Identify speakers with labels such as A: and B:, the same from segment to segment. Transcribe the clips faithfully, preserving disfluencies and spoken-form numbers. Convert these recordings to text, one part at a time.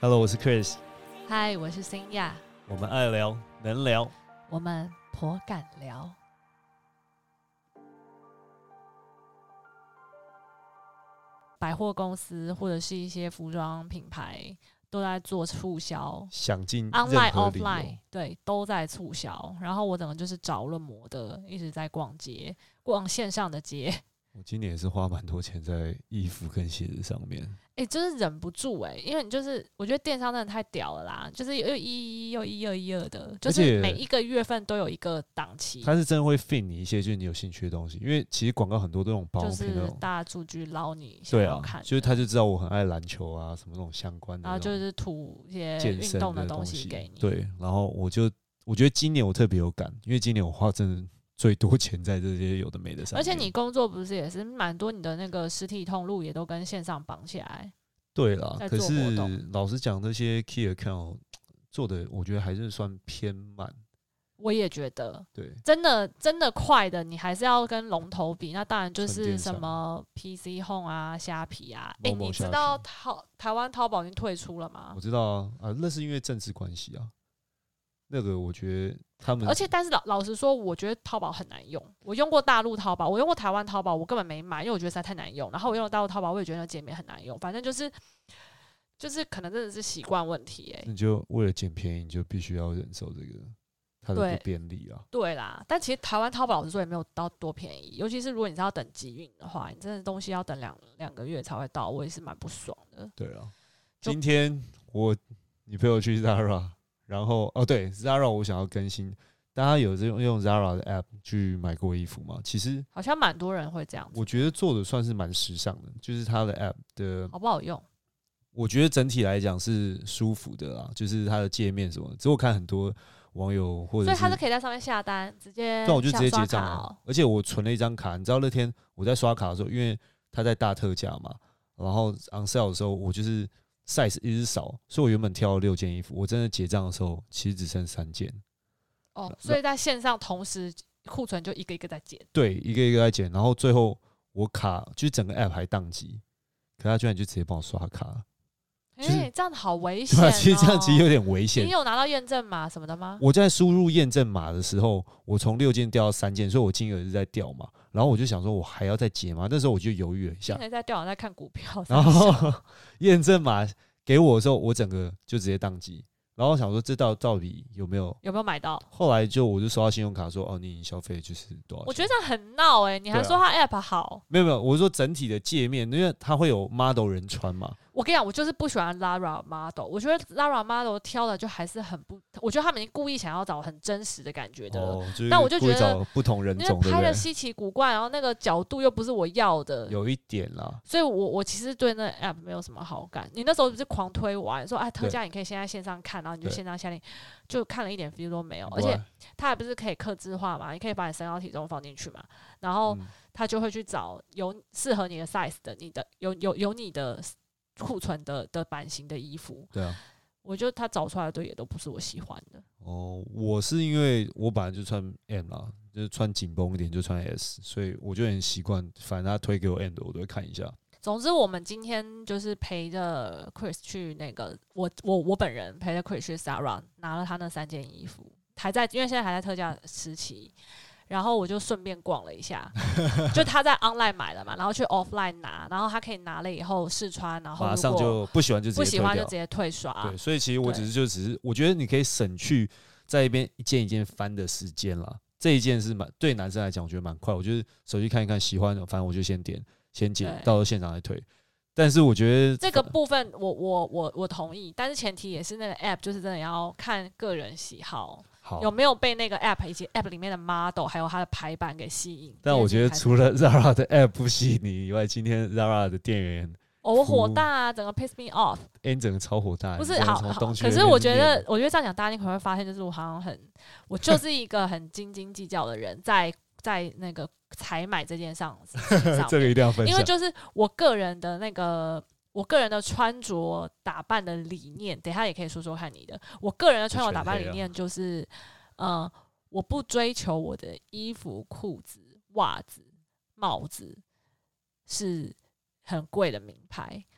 A: Hello， 我是 Chris。
B: 嗨，我是新亚。
A: 我们爱聊，能聊，
B: 我们颇敢聊。百货公司或者是一些服装品牌都在做促销，
A: 想尽
B: online
A: 任何理由
B: offline 对都在促销。然后我整个就是着了魔的，一直在逛街，逛线上的街。
A: 我今年也是花蛮多钱在衣服跟鞋子上面。
B: 哎、欸，就是忍不住哎、欸，因为你就是我觉得电商真的太屌了啦，就是又一一又一二一二的，就是每一个月份都有一个档期。
A: 它是真的会 fit 你一些就是你有兴趣的东西，因为其实广告很多都用包
B: 就是大数据捞你想要看，
A: 对啊，就是他就知道我很爱篮球啊什么那种相关的，
B: 然后就是吐一些运动的东西给你。
A: 对，然后我就我觉得今年我特别有感，因为今年我花真的最多钱在这些有的没的上面。
B: 而且你工作不是也是蛮多，你的那个实体通路也都跟线上绑起来。
A: 对啦，可是老实讲，这些 key account 做的，我觉得还是算偏慢。
B: 我也觉得，
A: 对，
B: 真的真的快的，你还是要跟龙头比。那当然就是什么 P C Home 啊、虾皮啊。哎、欸，你知道淘台湾淘宝已经退出了吗？
A: 我知道啊，啊，那是因为政治关系啊。那个我觉得他们，
B: 而且但是老老实说，我觉得淘宝很难用。我用过大陆淘宝，我用过台湾淘宝，我根本没买，因为我觉得实在太难用。然后我用了大陆淘宝，我也觉得那界面很难用。反正就是就是可能真的是习惯问题哎、欸。
A: 你就为了捡便宜，你就必须要忍受这个它的不便利啊。
B: 对啦，但其实台湾淘宝老实说也没有到多便宜，尤其是如果你是要等集运的话，你真的东西要等两两个月才会到，我也是蛮不爽的。
A: 对啊，今天我女朋友去 Zara。然后哦，对 ，Zara 我想要更新，大家有用用 Zara 的 App 去买过衣服吗？其实
B: 好像蛮多人会这样子。
A: 我觉得做的算是蛮时尚的，就是它的 App 的
B: 好不好用？
A: 我觉得整体来讲是舒服的啦，就是它的界面什么的。只是我看很多网友或者是，
B: 所以他是可以在上面下单，直接
A: 对，我就直接结账
B: 啊、
A: 哦。而且我存了一张卡，你知道那天我在刷卡的时候，因为它在大特价嘛，然后 on sale 的时候，我就是。size 一直少，所以我原本挑了六件衣服，我真的结账的时候其实只剩三件。
B: 哦，所以在线上同时库存就一个一个在减。
A: 对，一个一个在减，然后最后我卡就是整个 app 还宕机，可他居然就直接帮我刷卡。
B: 哎、就是欸，这样好危险、哦！
A: 其实这样其实有点危险。
B: 你有拿到验证码什么的吗？
A: 我在输入验证码的时候，我从六件掉到三件，所以我金额是在掉嘛。然后我就想说，我还要再结吗？那时候我就犹豫了一下。
B: 金额在掉，在看股票。
A: 然后验证码给我的时候，我整个就直接宕机。然后我想说，这到到底有没有
B: 有没有买到？
A: 后来就我就收到信用卡说，哦，你消费就是多少钱？
B: 我觉得这样很闹哎、欸，你还说它 app 好？
A: 没有没有，我是说整体的界面，因为它会有 model 人穿嘛。
B: 我跟你讲，我就是不喜欢 Zara model， 我觉得 Zara model 挑的就还是很不，我觉得他们已经故意想要找很真实的感觉的了。
A: 哦就是、
B: 但我就觉得
A: 不同人种，
B: 拍的稀奇古怪，然后那个角度又不是我要的，
A: 有一点啦。
B: 所以我我其实对那 app 没有什么好感。你那时候不是狂推完说，哎，特价你可以先在线上看，然后你就线上下令，就看了一点 feel 都没有。而且它还不是可以客制化嘛，你可以把你身高体重放进去嘛，然后它就会去找有适合你的 size 的，你的有有有你的。库存的的版型的衣服，
A: 对啊，
B: 我觉得他找出来的也都不是我喜欢的。
A: 哦，我是因为我本来就穿 M 啦，就是穿紧绷一点就穿 S， 所以我就很习惯，反正他推给我 M 的，我都会看一下。
B: 总之，我们今天就是陪着 Chris 去那个，我我我本人陪着 Chris 去 Zara 拿了他那三件衣服，还在，因为现在还在特价时期。然后我就顺便逛了一下，就他在 online 买了嘛，然后去 offline 拿，然后他可以拿了以后试穿，然后
A: 马上就不喜欢就直接退掉，
B: 不喜欢就直接退刷。
A: 对，所以其实我只是就只是，我觉得你可以省去在一边一件一件翻的时间啦。这一件是蛮对男生来讲，我觉得蛮快。我就是手机看一看，喜欢的，反正我就先点先解，到时候现场再退。但是我觉得
B: 这个部分我，我我我我同意，但是前提也是那个 app 就是真的要看个人喜好。有没有被那个 app 以及 app 里面的 model 还有它的排版给吸引？
A: 但我觉得除了 Zara 的 app 不吸引你以外，今天 Zara 的店员
B: 哦，我火大啊，整个 piss me off。
A: 哎，你整个超火大，
B: 不是好好，可是我觉得，我觉得这样讲，大家可能会发现，就是我好像很，我就是一个很斤斤计较的人，在在那个采买这件上上
A: 这个一定要分享，
B: 因为就是我个人的那个。我个人的穿着打扮的理念，等一下也可以说说看你的。我个人的穿着打扮理念就是，呃，我不追求我的衣服、裤子、袜子、帽子是很贵的名牌，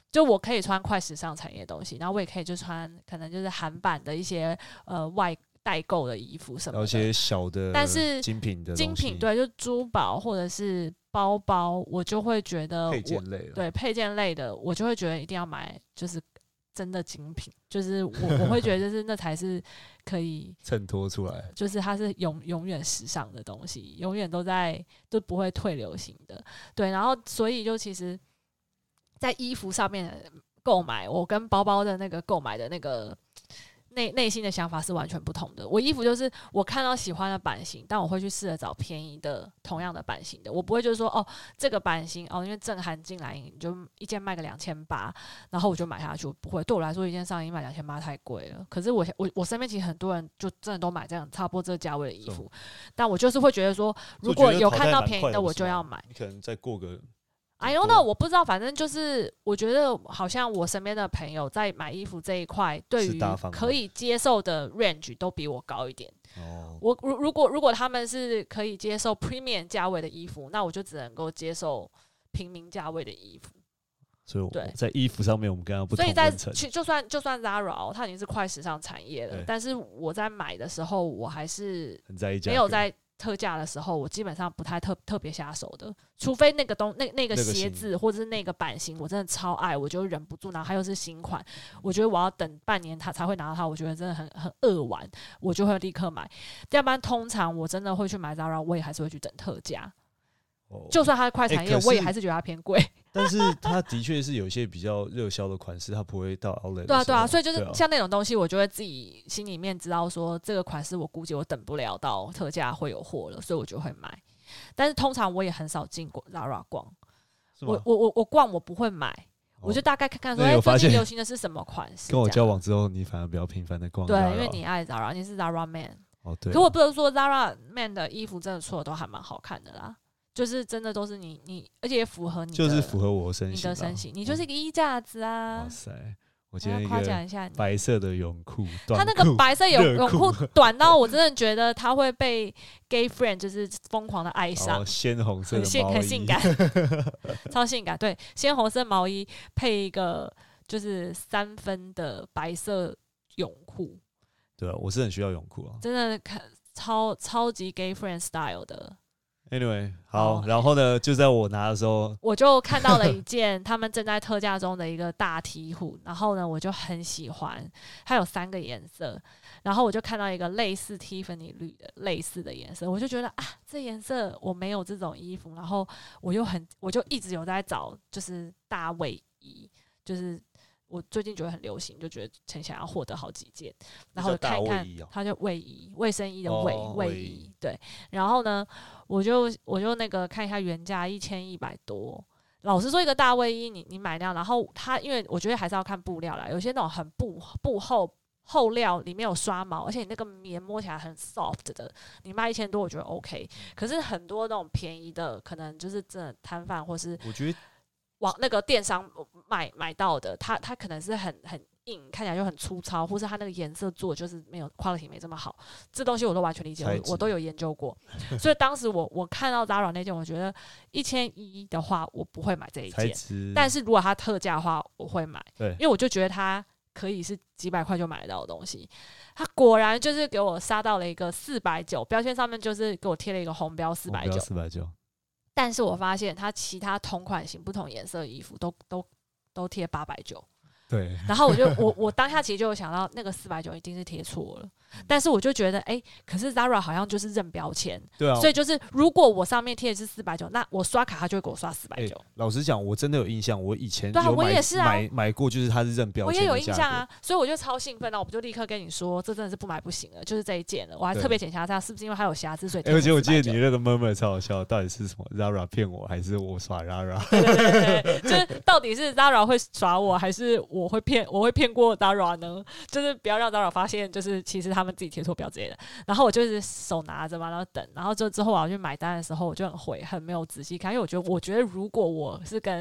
B: 就我可以穿快时尚产业的东西，然后我也可以就穿可能就是韩版的一些呃外代购的衣服什么的，
A: 有些小的，
B: 但是
A: 精品的
B: 精品对，就珠宝或者是包包，我就会觉得
A: 配件类，
B: 对配件类的，我就会觉得一定要买，就是真的精品，就是我我会觉得就是那才是可以
A: 衬托出来，
B: 就是它是永永远时尚的东西，永远都在都不会退流行的，对，然后所以就其实，在衣服上面的购买，我跟包包的那个购买的那个。内内心的想法是完全不同的。我衣服就是我看到喜欢的版型，但我会去试着找便宜的同样的版型的。我不会就是说哦这个版型哦，因为正韩进来你就一件卖个两千八，然后我就买下去。我不会，对我来说一件上衣卖两千八太贵了。可是我我我身边其实很多人就真的都买这样差不多这个价位的衣服，但我就是会觉得说，如果有看到便宜的我就要买。
A: 你可能再过个。
B: I don't know， 我不知道，反正就是我觉得好像我身边的朋友在买衣服这一块，对于可以接受的 range 都比我高一点。哦，我如如果如果他们是可以接受 premium 价位的衣服，那我就只能够接受平民价位的衣服。
A: 所以我在衣服上面我们跟他不同分层。
B: 所以在就算就算 Zara 它已经是快时尚产业了，但是我在买的时候我还是
A: 很在意价格，
B: 没有在特价的时候，我基本上不太特特别下手的，除非那个东那那个鞋子或者是那个版型，我真的超爱，我就忍不住，然后它又是新款，我觉得我要等半年它才会拿到它，我觉得真的很很扼腕，我就会立刻买。要不然通常我真的会去买 Zara， 我也还是会去等特价。哦、就算它是快产业、欸，我也还是觉得它偏贵。
A: 但是它的确是有一些比较热销的款式，它不会到 outlet。
B: 对啊，对啊，所以就是像那种东西，我就会自己心里面知道说，这个款式我估计我等不了到特价会有货了，所以我就会买。但是通常我也很少进过 Zara 逛，我我我我逛我不会买，哦、我就大概看看说，哎、欸，最近流行的是什么款式。
A: 跟我交往之后，你反而比较频繁的逛。
B: 对，因为你爱 Zara， 你是 Zara man。
A: 哦，对。
B: 可我不能说 Zara man 的衣服真的出的都还蛮好看的啦。就是真的都是你你，而且也符合你的，
A: 就是符合我的身形，
B: 你的身形，你就是一个衣架子啊！
A: 哇塞，我今天一个白色的泳裤，
B: 他那个白色泳泳裤短到我真的觉得他会被 gay friend 就是疯狂的爱上。
A: 哦，鲜红色的毛衣，
B: 很性感，超性感。对，鲜红色毛衣配一个就是三分的白色泳裤。
A: 对啊，我是很需要泳裤啊，
B: 真的看超超级 gay friend style 的。
A: Anyway， 好，然后呢，就在我拿的时候，
B: 我就看到了一件他们正在特价中的一个大 T 裤，然后呢，我就很喜欢，它有三个颜色，然后我就看到一个类似 Tiffany 绿的类似的颜色，我就觉得啊，这颜色我没有这种衣服，然后我就很，我就一直有在找，就是大卫衣，就是我最近觉得很流行，就觉得很想要获得好几件，然后看一看，它就卫衣，卫生衣的卫卫衣，对，然后呢，我就我就那个看一下原价一千一百多。老实说，一个大卫衣你你买那样，然后它因为我觉得还是要看布料啦，有些那种很布布厚厚料里面有刷毛，而且你那个棉摸起来很 soft 的，你卖一千多我觉得 OK。可是很多那种便宜的，可能就是真的摊贩或是
A: 我觉得
B: 往那个电商买买到的，它它可能是很很硬，看起来就很粗糙，或是它那个颜色做就是没有 quality 没这么好，这东西我都完全理解，我, 我都有研究过。所以当时我我看到 Zara 那件，我觉得一千一的话我不会买这一件，但是如果它特价的话我会买，
A: 对，
B: 因为我就觉得它可以是几百块就买得到的东西。它果然就是给我杀到了一个四百九，标签上面就是给我贴了一个红标四百九，
A: 四百九。
B: 但是我发现它其他同款型、不同颜色的衣服都都都贴八百九。
A: 对，
B: 然后我就我我当下其实就有想到那个四百九一定是贴错了，但是我就觉得哎、欸，可是 Zara 好像就是认标签，
A: 对啊，
B: 所以就是如果我上面贴的是四百九，那我刷卡他就会给我刷四百九。
A: 老实讲，我真的有印象，我以前
B: 对啊，我也是啊，
A: 买买过，就是它是认标签的价格，
B: 我也有印象啊，所以我就超兴奋，那我就立刻跟你说，这真的是不买不行了，就是这一件了。我还特别检查它是不是因为它有瑕疵，所以。
A: 而且我记得你那个 murmur 超好笑，到底是什么 Zara 骗我，还是我耍 Zara？
B: 对对对对，就是到底是 Zara 会耍我，还是我会骗我会骗过 Zara 呢？就是不要让 Zara 发现，就是其实他们自己贴错标之类的。然后我就是手拿着嘛，然后等，然后就之后我要去买单的时候，我就很悔恨，没有仔细看，因为我觉得，我觉得如果我是跟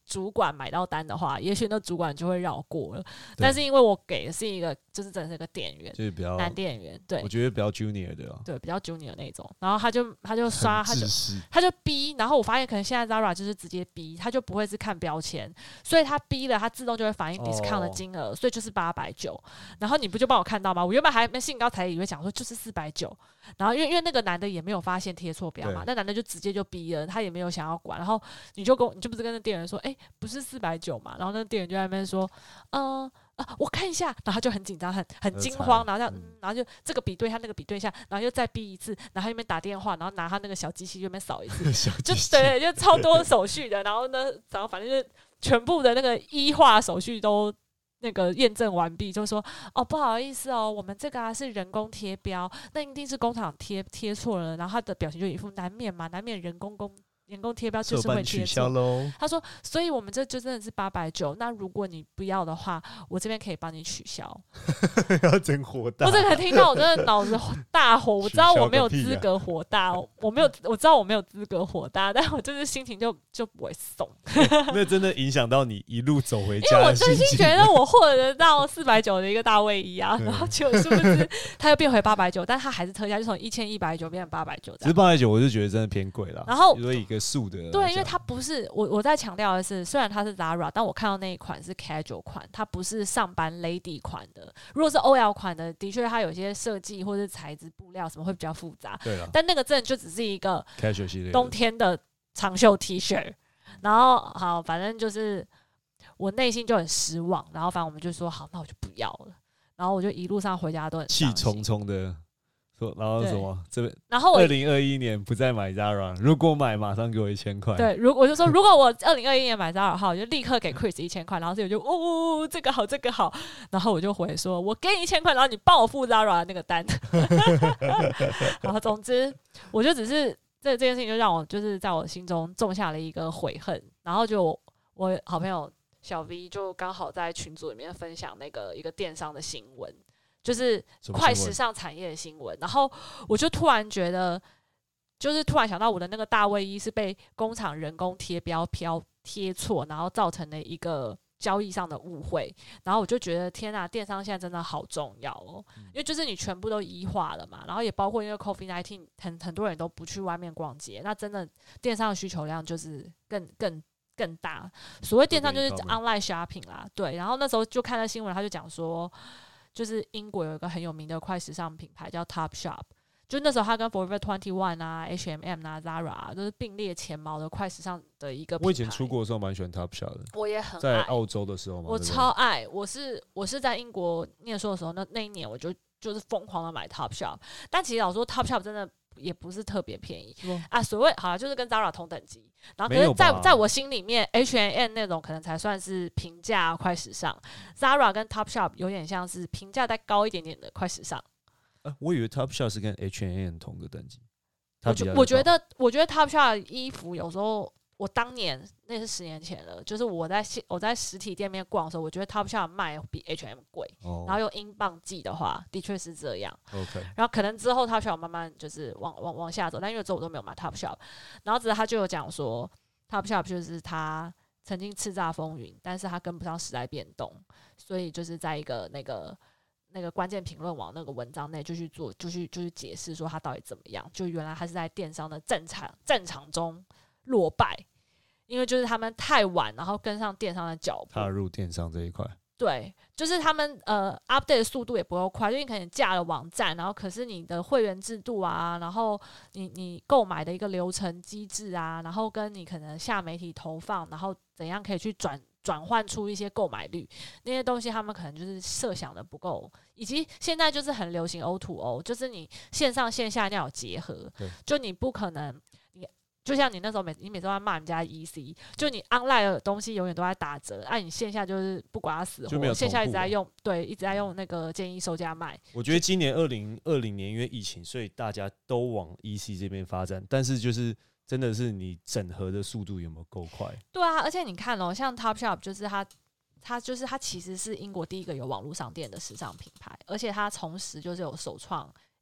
B: 主管买到单的话，也许那主管就会绕过了。但是因为我给的是一个，就是真的是一个店员，
A: 就是比较
B: 男店员，对，
A: 我觉得比较 junior 的、啊，
B: 对，比较 junior 那种。然后他就他就刷，他就他就逼，然后我发现可能现在 Zara 就是直接逼，他就不会是看标签，所以他逼了，他自动就会反映 discount 的金额，哦、所以就是八百九。然后你不就帮我看到吗？我原本还没兴高采烈以为讲说就是四百九，然后因为因为那个男的也没有发现贴错标嘛，那男的就直接就逼了，他也没有想要管。然后你就跟你就不是跟那店员说，哎、欸，不是四百九嘛？然后那店员就在那边说，嗯、呃。啊，我看一下，然后他就很紧张，很很惊慌，然后这样、嗯，然后就这个比对一下，那个比对一下，然后又再逼一次，然后他那边打电话，然后拿他那个小机器就那边扫一次，就对，就超多手续的，然后呢，然后反正就全部的那个医化手续都那个验证完毕，就说哦不好意思哦，我们这个啊是人工贴标，那一定是工厂贴贴错了，然后他的表情就一副难免嘛，难免人工工。人工贴标就是会贴错，他说，所以我们这就真的是八百九。那如果你不要的话，我这边可以帮你取消。
A: 要真火大！
B: 我这个听到我真的脑子大火，我知道我没有资格火大，啊、我没有，我知道我没有资格火大，但我就是心情就就不会松。
A: 那真的影响到你一路走回家
B: 因为我真心觉得我获得到四百九的一个大卫衣啊，然后结果殊不知它又变回八百九，但它还是特价，就从一千一百九变成八百九。
A: 只是八百九，我就觉得真的偏贵了。
B: 然后
A: 因为一个素的，
B: 对，因为它不是我我在强调的是，虽然它是 Zara， 但我看到那一款是 casual 款，它不是上班 lady 款的。如果是 O L 款的，的确它有些设计或是材质、布料什么会比较复杂。
A: 对了，
B: 但那个真的就只是一个
A: casual 系列
B: 冬天的长袖 T 恤。然后好，反正就是我内心就很失望。然后反正我们就说好，那我就不要了。然后我就一路上回家都很
A: 气冲冲的。说，然后什么？这边，
B: 然后
A: 二零二一年不再买 Zara， 如果买马上给我一千块。
B: 对，如我就说，如果我二零二一年买 Zara 的话，我就立刻给 Chris 一千块，然后这我就哦，这个好，这个好，然后我就回说，我给你一千块，然后你帮我付 Zara 的那个单。然后总之，我就只是这这件事情就让我就是在我心中种下了一个悔恨，然后就 我, 我好朋友小 V 就刚好在群组里面分享那个一个电商的新闻。就是快时尚产业的新闻，然后我就突然觉得，就是突然想到我的那个大卫衣是被工厂人工贴标标贴错，然后造成了一个交易上的误会，然后我就觉得天啊，电商现在真的好重要哦，因为就是你全部都医化了嘛，然后也包括因为 COVID 十九 很很多人都不去外面逛街，那真的电商的需求量就是更更更大。所谓电商就是 online shopping 啦，对。然后那时候就看到新闻，他就讲说。就是英国有一个很有名的快时尚品牌叫 Topshop， 就那时候他跟 Forever 二十一啊、H and M 啊、Zara 啊都是并列前茅的快时尚的一个品牌。
A: 我以前出国的时候蛮喜欢 Topshop 的，
B: 我也很爱。
A: 在澳洲的时候嘛，
B: 我超爱。我是我是在英国念书的时候，那那一年我就就是疯狂的买 Topshop， 但其实老实说 Topshop 真的。也不是特别便宜啊，所谓好了就是跟 Zara 同等级，然后可是在在我心里面 H and M 那种可能才算是平价快时尚 ，Zara 跟 Topshop 有点像是平价再高一点点的快时尚。
A: 啊、我以为 Topshop 是跟 H and M 同个等级。
B: 我觉我觉得我觉得 Topshop 的衣服有时候。我当年那是十年前了，就是我在我在实体店面逛的时候，我觉得 Topshop 卖比 H and M 贵，哦、然后用英镑计的话，的确是这样。
A: OK，
B: 然后可能之后 Topshop 慢慢就是往往往下走，但因为之后我都没有买 Topshop， 然后之后他就有讲说 Topshop 就是他曾经叱咤风云，但是他跟不上时代变动，所以就是在一个那个。那个关键评论网那个文章内就去做，就去就去解释说他到底怎么样，就原来他是在电商的战场战场中落败，因为就是他们太晚，然后跟上电商的脚步，
A: 踏入电商这一块。
B: 对，就是他们呃 update 的速度也不够快，因为你可能架了网站，然后可是你的会员制度啊，然后你你购买的一个流程机制啊，然后跟你可能下媒体投放，然后怎样可以去转。转换出一些购买率，那些东西他们可能就是设想的不够，以及现在就是很流行 O to O， 就是你线上线下一定要有结合，就你不可能，你就像你那时候每你每次都在骂人家 E C， 就你 online 的东西永远都在打折，啊，你线下就是不管它死活，线下一直在用，对，一直在用那个建议售价卖。
A: 我觉得今年二零二零年因为疫情，所以大家都往 E C 这边发展，但是就是。真的是你整合的速度有没有够快？
B: 对啊，而且你看哦，像 Topshop 就是它，它就是它其实是英国第一个有网络商店的时尚品牌，而且它同时就是有首创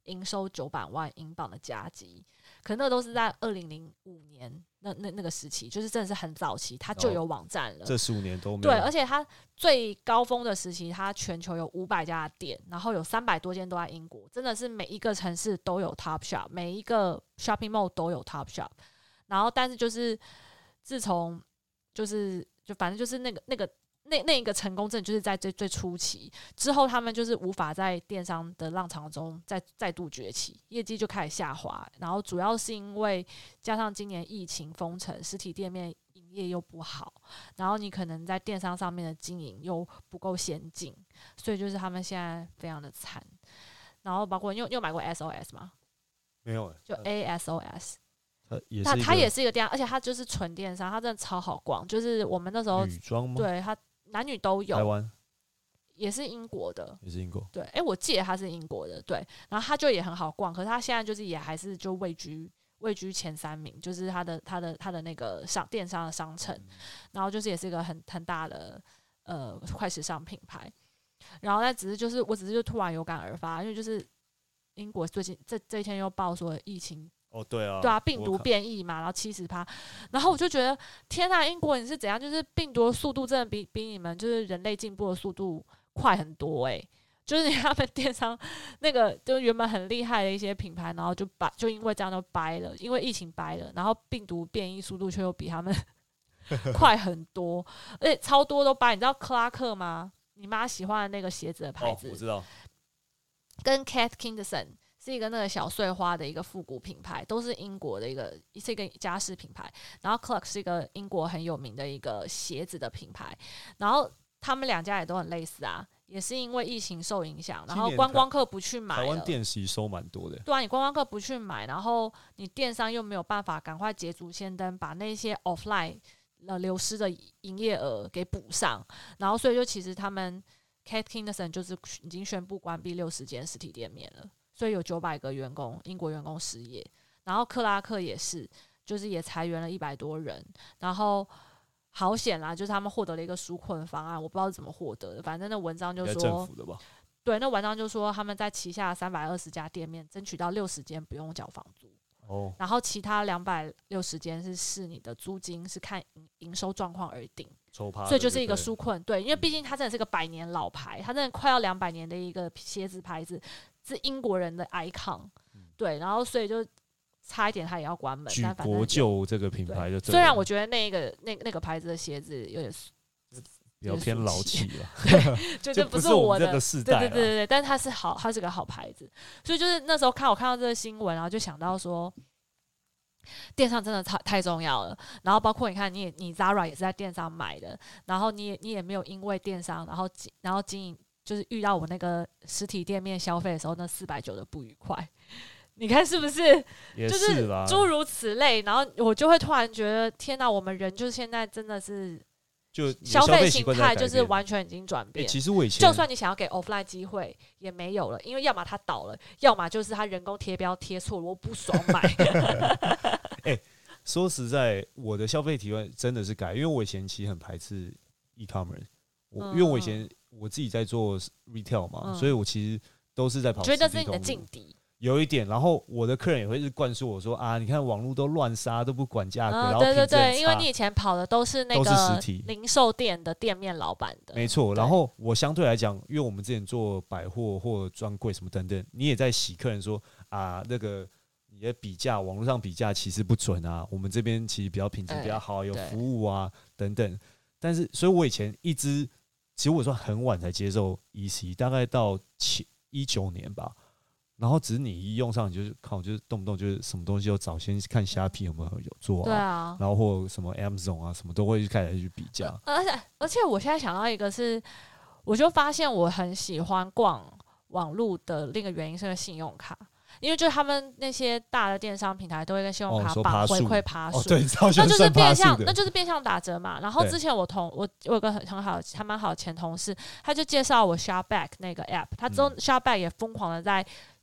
B: 营收九百万英镑的佳绩，可那都是在二零零五年那那那个时期，就是真的是很早期，它就有网站了。哦、
A: 这十五年都没有。
B: 对，而且它最高峰的时期，它全球有五百家店，然后有三百多间都在英国，真的是每一个城市都有 Topshop， 每一个 shopping mall 都有 Topshop。然后，但是就是自从就是就反正就是那个那个。那那一个成功，真的就是在最最初期之后，他们就是无法在电商的浪潮中再再度崛起，业绩就开始下滑。然后主要是因为加上今年疫情封城，实体店面营业又不好，然后你可能在电商上面的经营又不够先进，所以就是他们现在非常的惨。然后包括你有你有买过 S O S 吗？
A: 没有、欸，
B: 就 A S O S。
A: 它也
B: 它它也是一个电商，而且它就是纯电商，它真的超好逛。就是我们那时候
A: 女装吗？
B: 对它。男女都有，
A: 台湾
B: 也是英国的，
A: 也是英国。
B: 对，哎、欸，我记得他是英国的，对，然后他就也很好逛，可是他现在就是也还是就位居位居前三名，就是他的他的他的那个商电商的商城，嗯、然后就是也是一个很很大的呃快时尚品牌，然后但只是就是我只是就突然有感而发，因为就是英国最近这这一天又报说疫情。
A: 哦，对啊，
B: 对啊，病毒变异嘛，然后七十趴，然后我就觉得天啊，英国你是怎样？就是病毒的速度真的比比你们就是人类进步的速度快很多哎、欸，就是他们电商那个就原本很厉害的一些品牌，然后就掰，就因为这样就掰了，因为疫情掰了，然后病毒变异速度却又比他们快很多，而且超多都掰。你知道克拉克吗？你妈喜欢的那个鞋子的牌子，
A: 哦、我知道，
B: 跟 Kat Kinderson。是一个那个小碎花的一个复古品牌，都是英国的一个，是一个家饰品牌。然后 Clark 是一个英国很有名的一个鞋子的品牌，然后他们两家也都很类似啊，也是因为疫情受影响，然后观光客不去买了。
A: 台湾店其实收蛮多的。
B: 对啊，你观光客不去买，然后你电商又没有办法赶快捷足先登，把那些 offline 呃流失的营业额给补上，然后所以就其实他们 Kat Kinderson 就是已经宣布关闭六十间实体店面了。所以有九百个员工，英国员工失业，然后克拉克也是，就是也裁员了一百多人，然后好险啦，就是他们获得了一个纾困方案，我不知道是怎么获得的，反正那文章就说，
A: 政府的吧？
B: 对，那文章就说他们在旗下三百二十家店面争取到六十间不用缴房租，哦，然后其他两百六十间是视你的租金是看营收状况而定。所以就是一个纾困，对，因为毕竟它真的是个百年老牌，它真的快要两百年的一个鞋子牌子，是英国人的 icon，、嗯、对，然后所以就差一点它也要关门。
A: 举国救这个品牌就
B: 虽然我觉得那个那那个牌子的鞋子有点
A: 比较偏老气了，
B: 对，就这不是我的
A: 这个世代，
B: 对对对对，但是它是好，它是个好牌子，所以就是那时候看我看到这个新闻，然后就想到说。电商真的太太重要了，然后包括你看，你也你 Zara 也是在电商买的，然后你也你也没有因为电商，然后然后经营就是遇到我那个实体店面消费的时候那四百九的不愉快，你看是不是？
A: 也
B: 是啦，就是诸如此类，然后我就会突然觉得，天哪，我们人就是现在真的是。
A: 就
B: 消费形态就是完全已经转变、
A: 欸。其实我以前
B: 就算你想要给 offline 机会也没有了，因为要么它倒了，要么就是它人工贴标贴错了，我不爽买。
A: 哎、欸，说实在，我的消费体验真的是改，因为我以前其实很排斥 e-commerce， 我、嗯、因为我以前我自己在做 retail 嘛，嗯、所以我其实都是在跑。
B: 觉得这是你的劲敌。
A: 有一点，然后我的客人也会是灌输我说啊，你看网络都乱杀，都不管价格，
B: 嗯、
A: 然后
B: 对对对，因为你以前跑的都是那个
A: 实体
B: 零售店的店面老板的，
A: 没错。然后我相对来讲，因为我们之前做百货或专柜什么等等，你也在洗客人说啊，那个你的比价网络上比价其实不准啊，我们这边其实比较品质比较好，有服务啊等等。但是，所以我以前一直其实我说很晚才接受 E C， 大概到一九年吧。然后只是你一用上，你就是靠，就是动不动就是什么东西，就早先看虾皮有没有有做啊，
B: 对啊，
A: 然后或什么 Amazon 啊，什么都会去开始去比价。
B: 而且而且我现在想到一个是，我就发现我很喜欢逛网络的另一个原因是因为信用卡。因为就是他们那些大的电商平台都会跟信用卡绑回馈趴数，
A: 哦，对，
B: 那就是变相，那就是变相打折嘛。然后之前我同我我有个很很好还蛮好的前同事，他就介绍我 Shopback 那个 app， 他之后 Shopback 也疯狂的在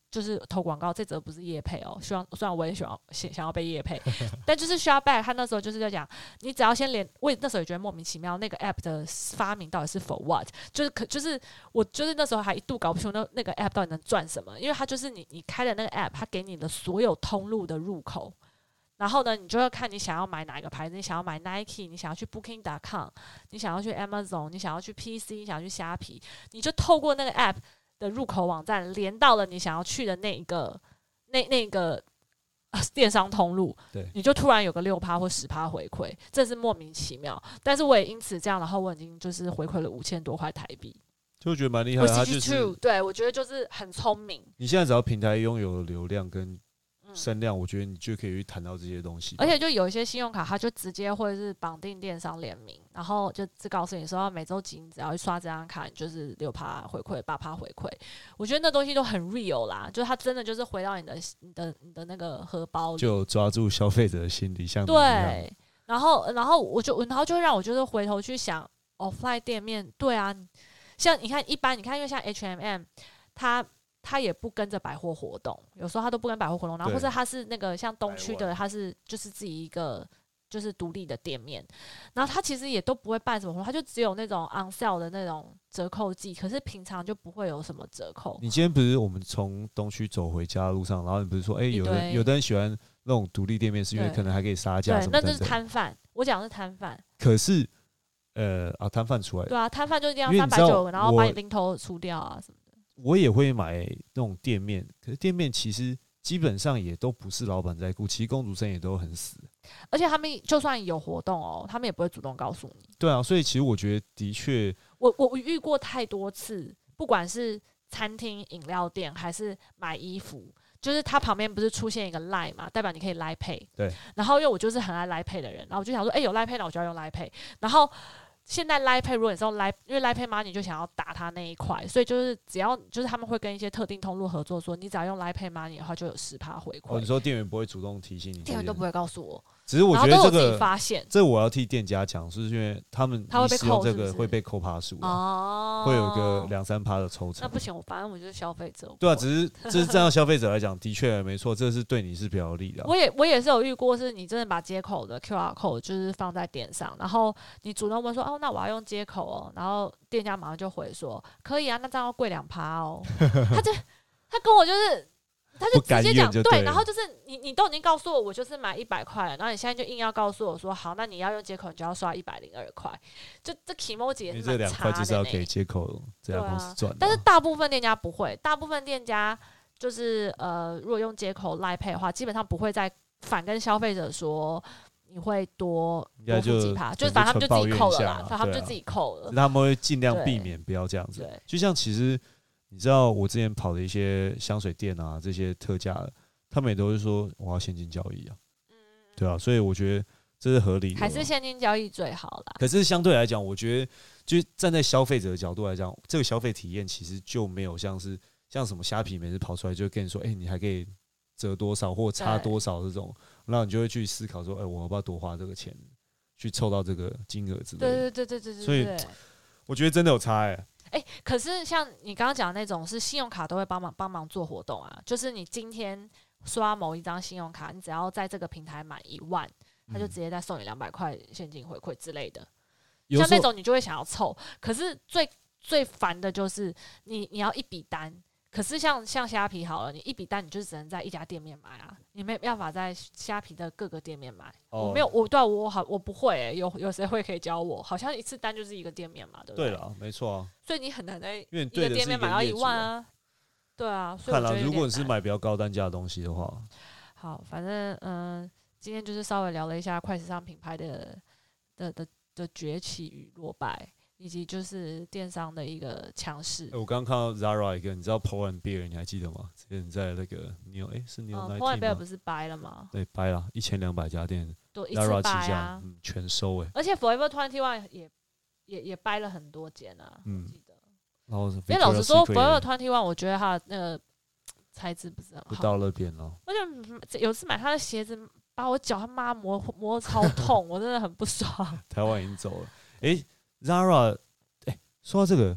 B: 就是投广告，这则不是业配哦，希望虽然我也喜欢想要被业配，但就是 Shopback 他那时候就是在讲，你只要先连，我那时候也觉得莫名其妙，那个 app 的发明到底是 for what， 就是可就是我就是那时候还一度搞不清楚那那个 app 到底能赚什么，因为它就是你你开的那个 app， 它给你的所有通路的入口。然后呢，你就要看你想要买哪一个牌子，你想要买 Nike， 你想要去 Booking 点 com， 你想要去 Amazon， 你想要去 P C， 你想要去虾皮，你就透过那个 app 的入口网站连到了你想要去的那一个那那个、呃、电商通路，
A: 对，
B: 你就突然有个六趴或十趴回馈，这是莫名其妙。但是我也因此这样，然后我已经就是回馈了五千多块台币，
A: 就觉得蛮厉害的。他就是
B: 对我觉得就是很聪明。
A: 你现在只要平台拥有流量跟声量，我觉得你就可以去谈到这些东西。
B: 而且就有一些信用卡，它就直接会是绑定电商联名，然后就只告诉你说，每周几你只要刷这张卡，你就是六趴回馈、八趴回馈。我觉得那东西都很 real 啦，就是它真的就是回到你的、你的、你的那个荷包里，
A: 就抓住消费者的心理，像
B: 对。然后，然后我就，然后就会让我就是回头去想 offline 店面，对啊，像你看，一般你看，因为像 H and M， 它。他也不跟着百货活动，有时候他都不跟百货活动，然后或者他是那个像东区的，他是就是自己一个就是独立的店面，然后他其实也都不会办什么活动，他就只有那种 on sale 的那种折扣季，可是平常就不会有什么折扣。
A: 你今天不是我们从东区走回家的路上，然后你不是说，哎、欸，有的有的人喜欢那种独立店面，是因为可能还可以杀价什么的，
B: 对，那就是摊贩。我讲的是摊贩。
A: 可是，呃啊，摊贩出来，
B: 对啊，摊贩就一定要三百九，然后把你零头出掉啊什么。
A: 我也会买那种店面，可是店面其实基本上也都不是老板在顾，其实工读生也都很死，
B: 而且他们就算有活动哦，他们也不会主动告诉你。
A: 对啊，所以其实我觉得的确，
B: 我我遇过太多次，不管是餐厅、饮料店还是买衣服，就是它旁边不是出现一个 Line 嘛，代表你可以 Line Pay。
A: 对。
B: 然后因为我就是很爱 Line Pay 的人，然后我就想说，哎、欸，有 Line Pay 那我就要用 Line Pay， 然后。现在 Line Pay 如果你是用 Line， 因为 Line Pay Money 就想要打它那一块，所以就是只要就是他们会跟一些特定通路合作，说你只要用 Line Pay Money 的话，就有十趴回馈。
A: 哦，你说店员不会主动提醒你？
B: 店员都不会告诉我。
A: 只是我觉得这个，
B: 发现
A: 这我要替店家讲，是因为他们
B: 他会被扣，
A: 这个会被扣趴数
B: 哦，
A: 会有个两三趴的抽成。
B: 那不行，我反正我就是消费者。
A: 对啊，只是这是站在消费者来讲，的确没错，这是对你是比较有利的、啊。
B: 我也我也是有遇过，是你真的把接口的 Q R code 就是放在店上，然后你主动问说，哦，那我要用接口哦，然后店家马上就回说，可以啊，那这样要贵两趴哦。他就他跟我就是。他就直接讲
A: 对,
B: 对，然后就是你你都已经告诉我，我就是买一百块了，然后你现在就硬要告诉我说，好，那你要用接口，你就要刷一百零二块，就这 Kimoji 也是蛮差的。
A: 这两块就是要给接口这家公司赚、啊。
B: 但是大部分店家不会，大部分店家就是呃，如果用接口 Line Pay 的话，基本上不会再反跟消费者说你会多多付几趴，就是反正他们就自己扣了啦，反正他们就自己扣了。
A: 他们会尽量避免不要这样子。就像其实。你知道我之前跑的一些香水店啊，这些特价的，他们也都是说我要现金交易啊，嗯，对啊，所以我觉得这是合理的，
B: 还是现金交易最好啦。
A: 可是相对来讲，我觉得就是站在消费者的角度来讲，这个消费体验其实就没有像是像什么虾皮每次跑出来就跟你说，哎、欸，你还可以折多少或差多少这种，然后你就会去思考说，哎、欸，我要不要多花这个钱去凑到这个金额之类的？
B: 对对对对对对。
A: 所以我觉得真的有差哎、欸。
B: 哎、欸，可是像你刚刚讲的那种，是信用卡都会帮忙帮忙做活动啊。就是你今天刷某一张信用卡，你只要在这个平台满一万，他就直接再送你两百块现金回馈之类的。像那种你就会想要凑，可是最最烦的就是你你要一笔单。可是像像虾皮好了，你一笔单你就只能在一家店面买啊，你没办法在虾皮的各个店面买。哦、我没有，我对、啊、我好我不会、欸，有有谁会可以教我？好像一次单就是一个店面嘛，对不对？
A: 对了，没错啊。
B: 所以你很难在一
A: 个
B: 店面买到一万啊。对啊，所以我觉得
A: 看了，如果你是买比较高单价的东西的话，
B: 好，反正嗯、呃，今天就是稍微聊了一下快时尚品牌的的的的崛起与落败。以及就是电商的一个强势、
A: 欸。我刚刚看到 Zara 一个，你知道 Pull and Bear 你还记得吗？之前在那个 New 哎、欸、是 New Nike 吗、
B: 嗯、？Pull and Bear 不是掰了吗？
A: 对，掰了，一千两百家店，
B: 对，一次掰啊，
A: 嗯，全收哎、欸。
B: 而且 Forever twenty one 也也也掰了很多间啊，嗯、我记得。
A: 然后，
B: 因为老实说 ，Forever twenty one 我觉得它的那个材质不是很好，
A: 不到那边了。
B: 我就有次买他的鞋子，把我脚他妈磨磨超痛，我真的很不爽。
A: 台湾已经走了，哎、欸、，Zara， 哎、欸，说到这个，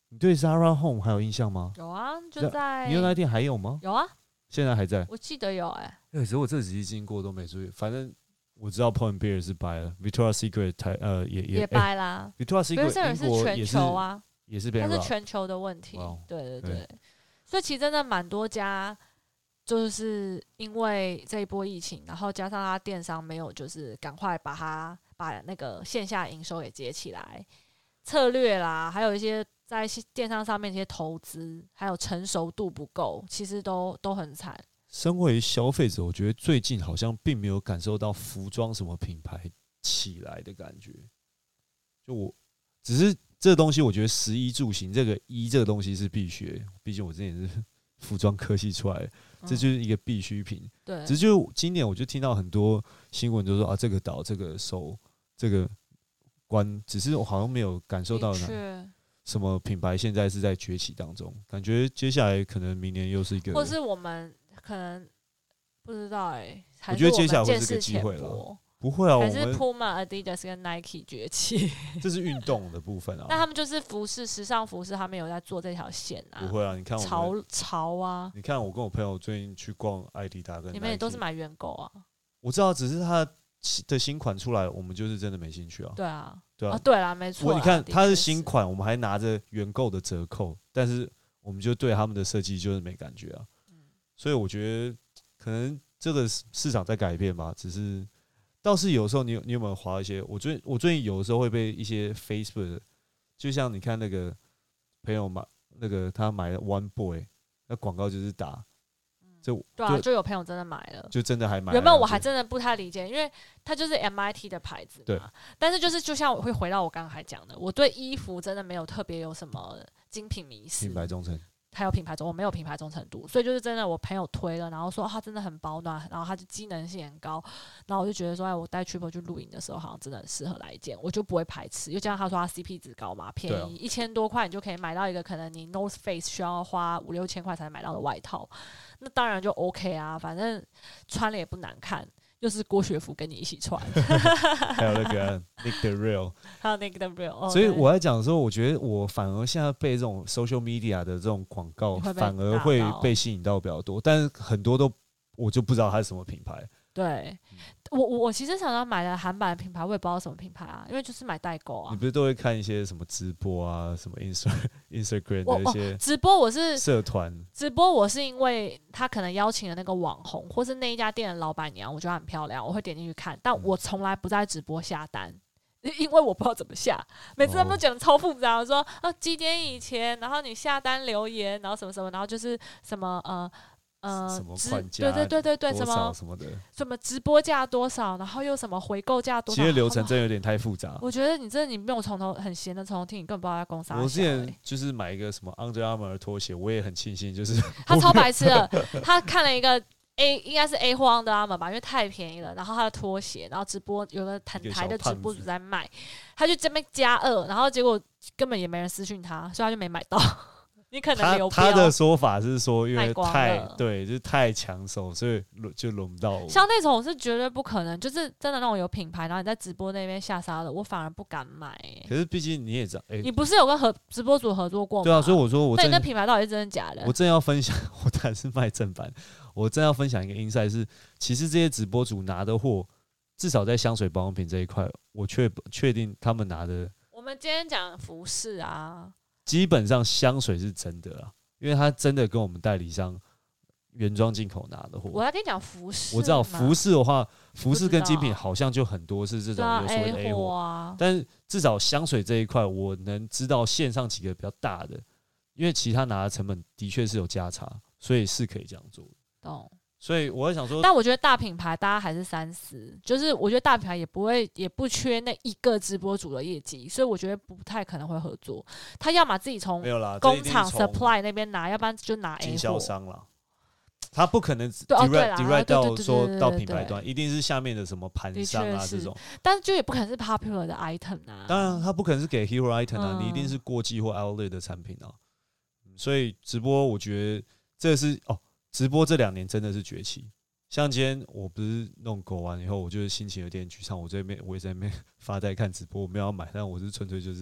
A: 你对 Zara Home 还有印象吗？
B: 有啊，就在
A: 你有那店还有吗？
B: 有啊，
A: 现在还在。
B: 我记得有哎、欸。
A: 对，只是我这几期经过都没注意，反正我知道 Pull and Bear 是掰了 ，Victoria's Secret 台呃也也
B: 也掰啦。
A: 欸、Victoria's Secret 英国
B: 是全球啊，
A: 也是被 rock，
B: 它是全球的问题。
A: Wow，
B: 对对对，
A: 对
B: 所以其实真的蛮多家，就是因为这一波疫情，然后加上它电商没有就是赶快把它把那个线下营收给接起来，策略啦，还有一些在电商上面一些投资，还有成熟度不够，其实都都很惨。
A: 身为消费者，我觉得最近好像并没有感受到服装什么品牌起来的感觉。就我只是这个东西，我觉得食衣住行这个衣这个东西是必须，毕竟我之前也是服装科系出来的，这就是一个必需品。
B: 嗯、对，
A: 只是就今年我就听到很多新闻都说啊，这个倒，这个收，这个关，只是我好像没有感受到什么品牌现在是在崛起当中，感觉接下来可能明年又是一个，
B: 或是我们可能不知道哎、欸，
A: 我觉得接下来会是个机会了。不会啊，
B: 还是 Puma、Adidas 跟 Nike 崛起，
A: 这是运动的部分啊。
B: 那他们就是服饰、时尚服饰，他们有在做这条线啊。
A: 不会啊，你看我
B: 潮潮啊，
A: 你看我跟我朋友最近去逛艾迪达跟 Nike，
B: 你们也都是买原购啊。
A: 我知道，只是他的新款出来，我们就是真的没兴趣啊。
B: 对啊，
A: 对啊，
B: 啊对啦，没错。
A: 你看它是新款，我们还拿着原购的折扣，但是我们就对他们的设计就是没感觉啊。嗯、所以我觉得可能这个市场在改变吧，只是。倒是有时候你有你有没有滑一些？我最我最近有的时候会被一些 Facebook， 就像你看那个朋友买那个他买了 One Boy， 那广告就是打，
B: 就对啊，就有朋友真的买了，
A: 就真的还买了。
B: 原本我还真的不太理解，因为它就是 M I T 的牌子嘛。
A: 对。
B: 但是就是就像我会回到我刚才讲的，我对衣服真的没有特别有什么精品迷思。
A: 品牌忠诚。
B: 还有品牌中，我没有品牌忠诚度，所以就是真的，我朋友推了，然后说它真的很保暖，然后它就机能性很高，然后我就觉得说，哎，我带 Triple 去露营的时候，好像真的很适合来一件，我就不会排斥。又加上他说他 C P 值高嘛，便宜一千、啊、多块，你就可以买到一个可能你 North Face 需要花五六千块才能买到的外套，那当然就 OK 啊，反正穿了也不难看。又是郭学福跟你一起穿，
A: 还有那个 Nick the Real，
B: 还有 Nick the Real，、哦、
A: 所以我在讲的时候，我觉得我反而现在被这种 social media 的这种广告，反而会被吸引到比较多，但是很多都我就不知道它是什么品牌。
B: 对，我我其实常常买的韩版的品牌，我也不知道什么品牌啊，因为就是买代购啊。
A: 你不是都会看一些什么直播啊，什么 Instagram 的一些、
B: 哦、直播？我是
A: 社团
B: 直播，我是因为他可能邀请了那个网红，或是那一家店的老板娘，我觉得很漂亮，我会点进去看，但我从来不在直播下单。因为我不知道怎么下，每次他们都讲的超复杂，我说啊几点以前，然后你下单留言，然后什么什么，然后就是什么呃。呃，
A: 什么款价？
B: 对对对对对，
A: 什
B: 么
A: 什么的，
B: 什么直播价多少，然后又什么回购价多少？
A: 其实流程真有点太复杂。
B: 我觉得你真的你没有从头很闲的从头听，你根本不知道在公司、欸。
A: 我之前就是买一个什么 Under Armour 的拖鞋，我也很庆幸，就是
B: 他超白痴的，他看了一个 A 应该是 A 货 Under Armour 吧，因为太便宜了，然后他的拖鞋，然后直播有个很台的直播主在卖，他就这边加二，然后结果根本也没人私讯他，所以他就没买到。你可能流标
A: 他的说法是说，因为太对，就是太抢手，所以就轮不到我。
B: 像那种我是绝对不可能，就是真的那种有品牌，然后你在直播那边下杀的，我反而不敢买、欸。
A: 可是毕竟你也知道，欸、
B: 你不是有跟合直播主合作过吗？
A: 对啊，所以我说我
B: 那你那品牌到底是真的假的？
A: 我正要分享，我当然是卖正版。我正要分享一个 insight 是，其实这些直播主拿的货，至少在香水保养品这一块，我确确定他们拿的。
B: 我们今天讲服饰啊。
A: 基本上香水是真的啦，因为他真的跟我们代理商原装进口拿的货。
B: 我要跟你讲服饰，
A: 我知道服饰的话，服饰跟精品好像就很多是这种有所谓的 A 货啊。但是至少香水这一块，我能知道线上几个比较大的，因为其他拿的成本的确是有价差，所以是可以这样做的。
B: 懂。
A: 所以我在想说，
B: 但我觉得大品牌大家还是三思，就是我觉得大品牌也不会也不缺那一个直播主的业绩，所以我觉得不太可能会合作。他要么自己从工厂 supply 那边拿，要不然就拿 A 货。
A: 经销商啦，他不可能 direct direct 到说到品牌端，一定是下面的什么盘商啊这种。
B: 但是就也不可能是 popular 的 item 啊。
A: 当然，他不可能是给 hero item 啊，嗯、你一定是过季或 outlet 的产品啊。所以直播，我觉得这是哦。直播这两年真的是崛起，像今天我不是弄狗完以后，我就是心情有点沮丧，我这边我也在那边发呆看直播，我没有要买，但我是纯粹就是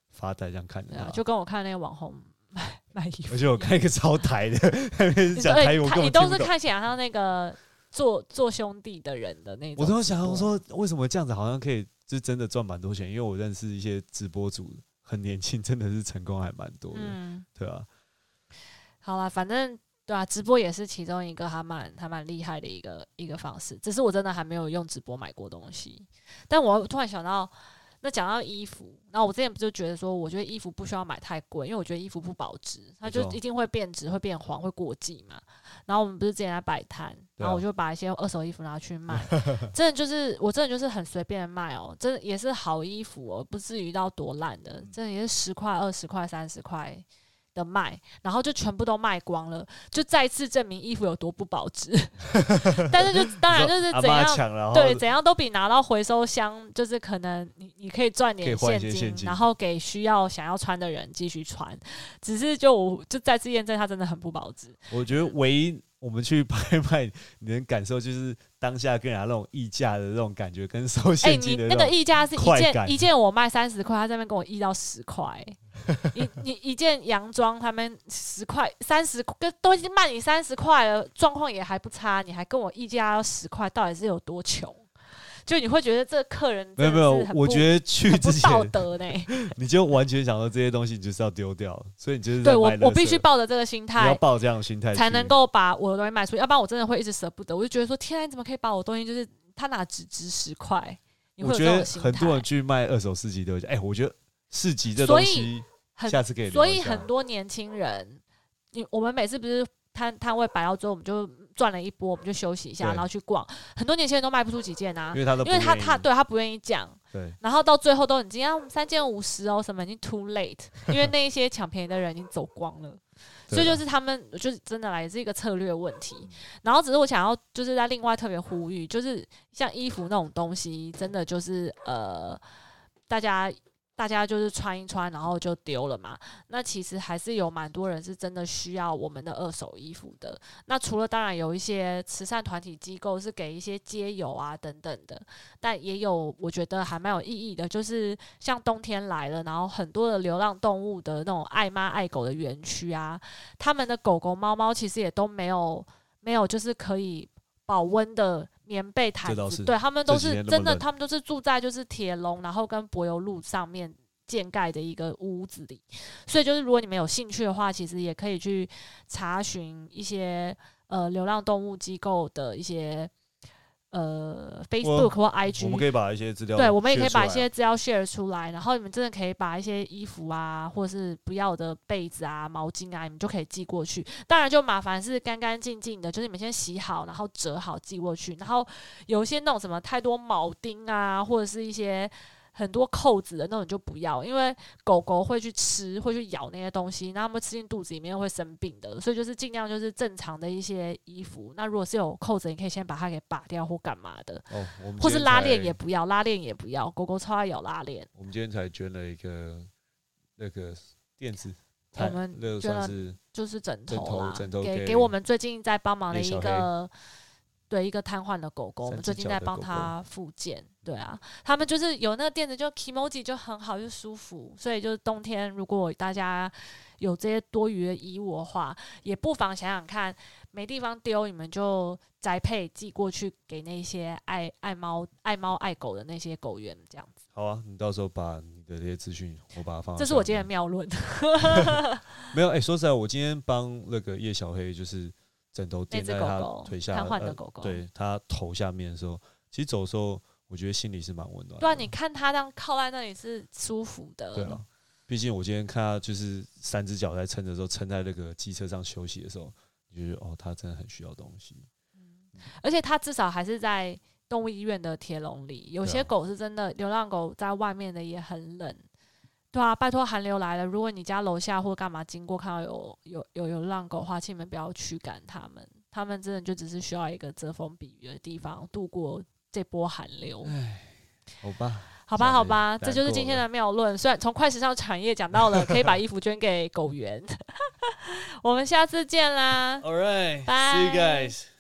A: 发呆这样看着他，
B: 就跟我看那个网红卖卖衣服，
A: 而且我看一个超台的，那边讲台语，我根本
B: 你都是看起来像那个做做兄弟的人的那种。
A: 我都想说，为什么这样子好像可以，就真的赚蛮多钱？因为我认识一些直播主，很年轻，真的是成功还蛮多的，嗯，对啊。
B: 好啦，反正对啊，直播也是其中一个还蛮还蛮厉害的一个一个方式。只是我真的还没有用直播买过东西。但我突然想到，那讲到衣服，然后我之前不就觉得说，我觉得衣服不需要买太贵，因为我觉得衣服不保值，它就一定会变质、会变黄、会过季嘛。然后我们不是之前在摆摊，然后我就把一些二手衣服拿去卖，真的就是我真的就是很随便的卖哦，真的也是好衣服哦，不至于到多烂的，真的也是十块、二十块、三十块。的卖，然后就全部都卖光了，就再次证明衣服有多不保值。但是就当然就是怎样，对，怎样都比拿到回收箱，就是可能你你可以赚点现金，现金然后给需要想要穿的人继续穿。只是就我就再次验证，它真的很不保值。
A: 我觉得唯一我们去拍卖，你能感受就是当下跟人家那种议价的那种感觉，跟收现金的那种快感。欸、你那
B: 个议价是一件一件我卖三十块，他在那边跟我议到十块。你你一件洋装，他们十块、三十，跟都已经卖你三十块了，状况也还不差，你还跟我议价要十块，到底是有多穷？就你会觉得这个客人
A: 没有没有，我觉得去之前
B: 不道德呢，
A: 你就完全想说这些东西你就是要丢掉，所以你就是
B: 对我我必须抱着这个心态，
A: 你要抱这样的心态
B: 才能够把我的东西卖出去，要不然我真的会一直舍不得。我就觉得说，天啊，你怎么可以把我的东西就是他哪只值十块？
A: 我觉得很多人去卖二手市集都会讲，哎、欸，我觉得市集这东西。下次可以聊一下。
B: 所以很多年轻人，你我们每次不是摊摊位摆到最后，我们就赚了一波，我们就休息一下，然后去逛。很多年轻人都卖不出几件啊，
A: 因为他都
B: 因为他他对他不愿意讲，
A: 对，
B: 然后到最后都很惊讶，我们三件五十哦，什么已经 too late， 因为那一些抢便宜的人已经走光了。所以就是他们就是真的来是一个策略问题，然后只是我想要就是在另外特别呼吁，就是像衣服那种东西，真的就是呃大家。大家就是穿一穿，然后就丢了嘛。那其实还是有蛮多人是真的需要我们的二手衣服的。那除了当然有一些慈善团体机构是给一些街友啊等等的，但也有我觉得还蛮有意义的，就是像冬天来了，然后很多的流浪动物的那种爱妈爱狗的园区啊，他们的狗狗猫猫其实也都没有没有就是可以保温的棉被毯子，对，他们都是真的，他们都是住在就是铁笼，然后跟柏油路上面建盖的一个屋子里。所以就是如果你们有兴趣的话，其实也可以去查询一些呃流浪动物机构的一些呃 Facebook 或 I G，
A: 我们可以把一些资料，
B: 对，我们也可以把一些资料 share 出来，然后你们真的可以把一些衣服啊，或者是不要的被子啊、毛巾啊，你们就可以寄过去。当然就麻烦是干干净净的，就是你们先洗好，然后折好寄过去。然后有一些那种什么太多铆钉啊，或者是一些很多扣子的那种就不要，因为狗狗会去吃，会去咬那些东西，那它们吃进肚子里面会生病的，所以就是尽量就是正常的一些衣服。那如果是有扣子，你可以先把它给拔掉或干嘛的，
A: 哦，我们
B: 或是拉链也不要，拉链也不要，狗狗超爱咬拉链。
A: 我们今天才捐了一个那个垫子，
B: 我们捐了就是枕头啦，
A: 枕头
B: 给给我们最近在帮忙的一个。对，一个瘫痪的狗狗，我们最近在帮它复健。对啊，他们就是有那个垫子，就 Kimoji 就很好，就舒服。所以就是冬天，如果大家有这些多余的衣物的话，也不妨想想看，没地方丢，你们就宅配寄过去给那些爱爱猫、爱猫爱狗的那些狗园，这样子。
A: 好啊，你到时候把你的这些资讯，我把它放。
B: 这是我今天的妙论。
A: 没有，哎、欸，说实在，我今天帮那个叶小黑，就是。枕头垫在他腿下，
B: 瘫痪的狗狗，
A: 呃、对他头下面的时候，其实走的时候，我觉得心里是蛮温暖的。
B: 对啊，你看他这样靠在那里是舒服的。
A: 对啊，毕竟我今天看他就是三只脚在撑的时候，撑在那个机车上休息的时候，你就觉得哦，他真的很需要东西。
B: 嗯，而且他至少还是在动物医院的铁笼里，有些狗是真的，流浪狗在外面的也很冷。对啊，拜托寒流来了，如果你家楼下或干嘛经过看到有有有流浪狗的话，请你们不要驱赶它们，它们真的就只是需要一个遮风避雨的地方度过这波寒流。
A: 唉，好吧，
B: 好吧，好吧，这就是今天的妙论。虽然从快时尚产业讲到了可以把衣服捐给狗园，我们下次见啦。
A: All right,
B: bye.
A: see you guys.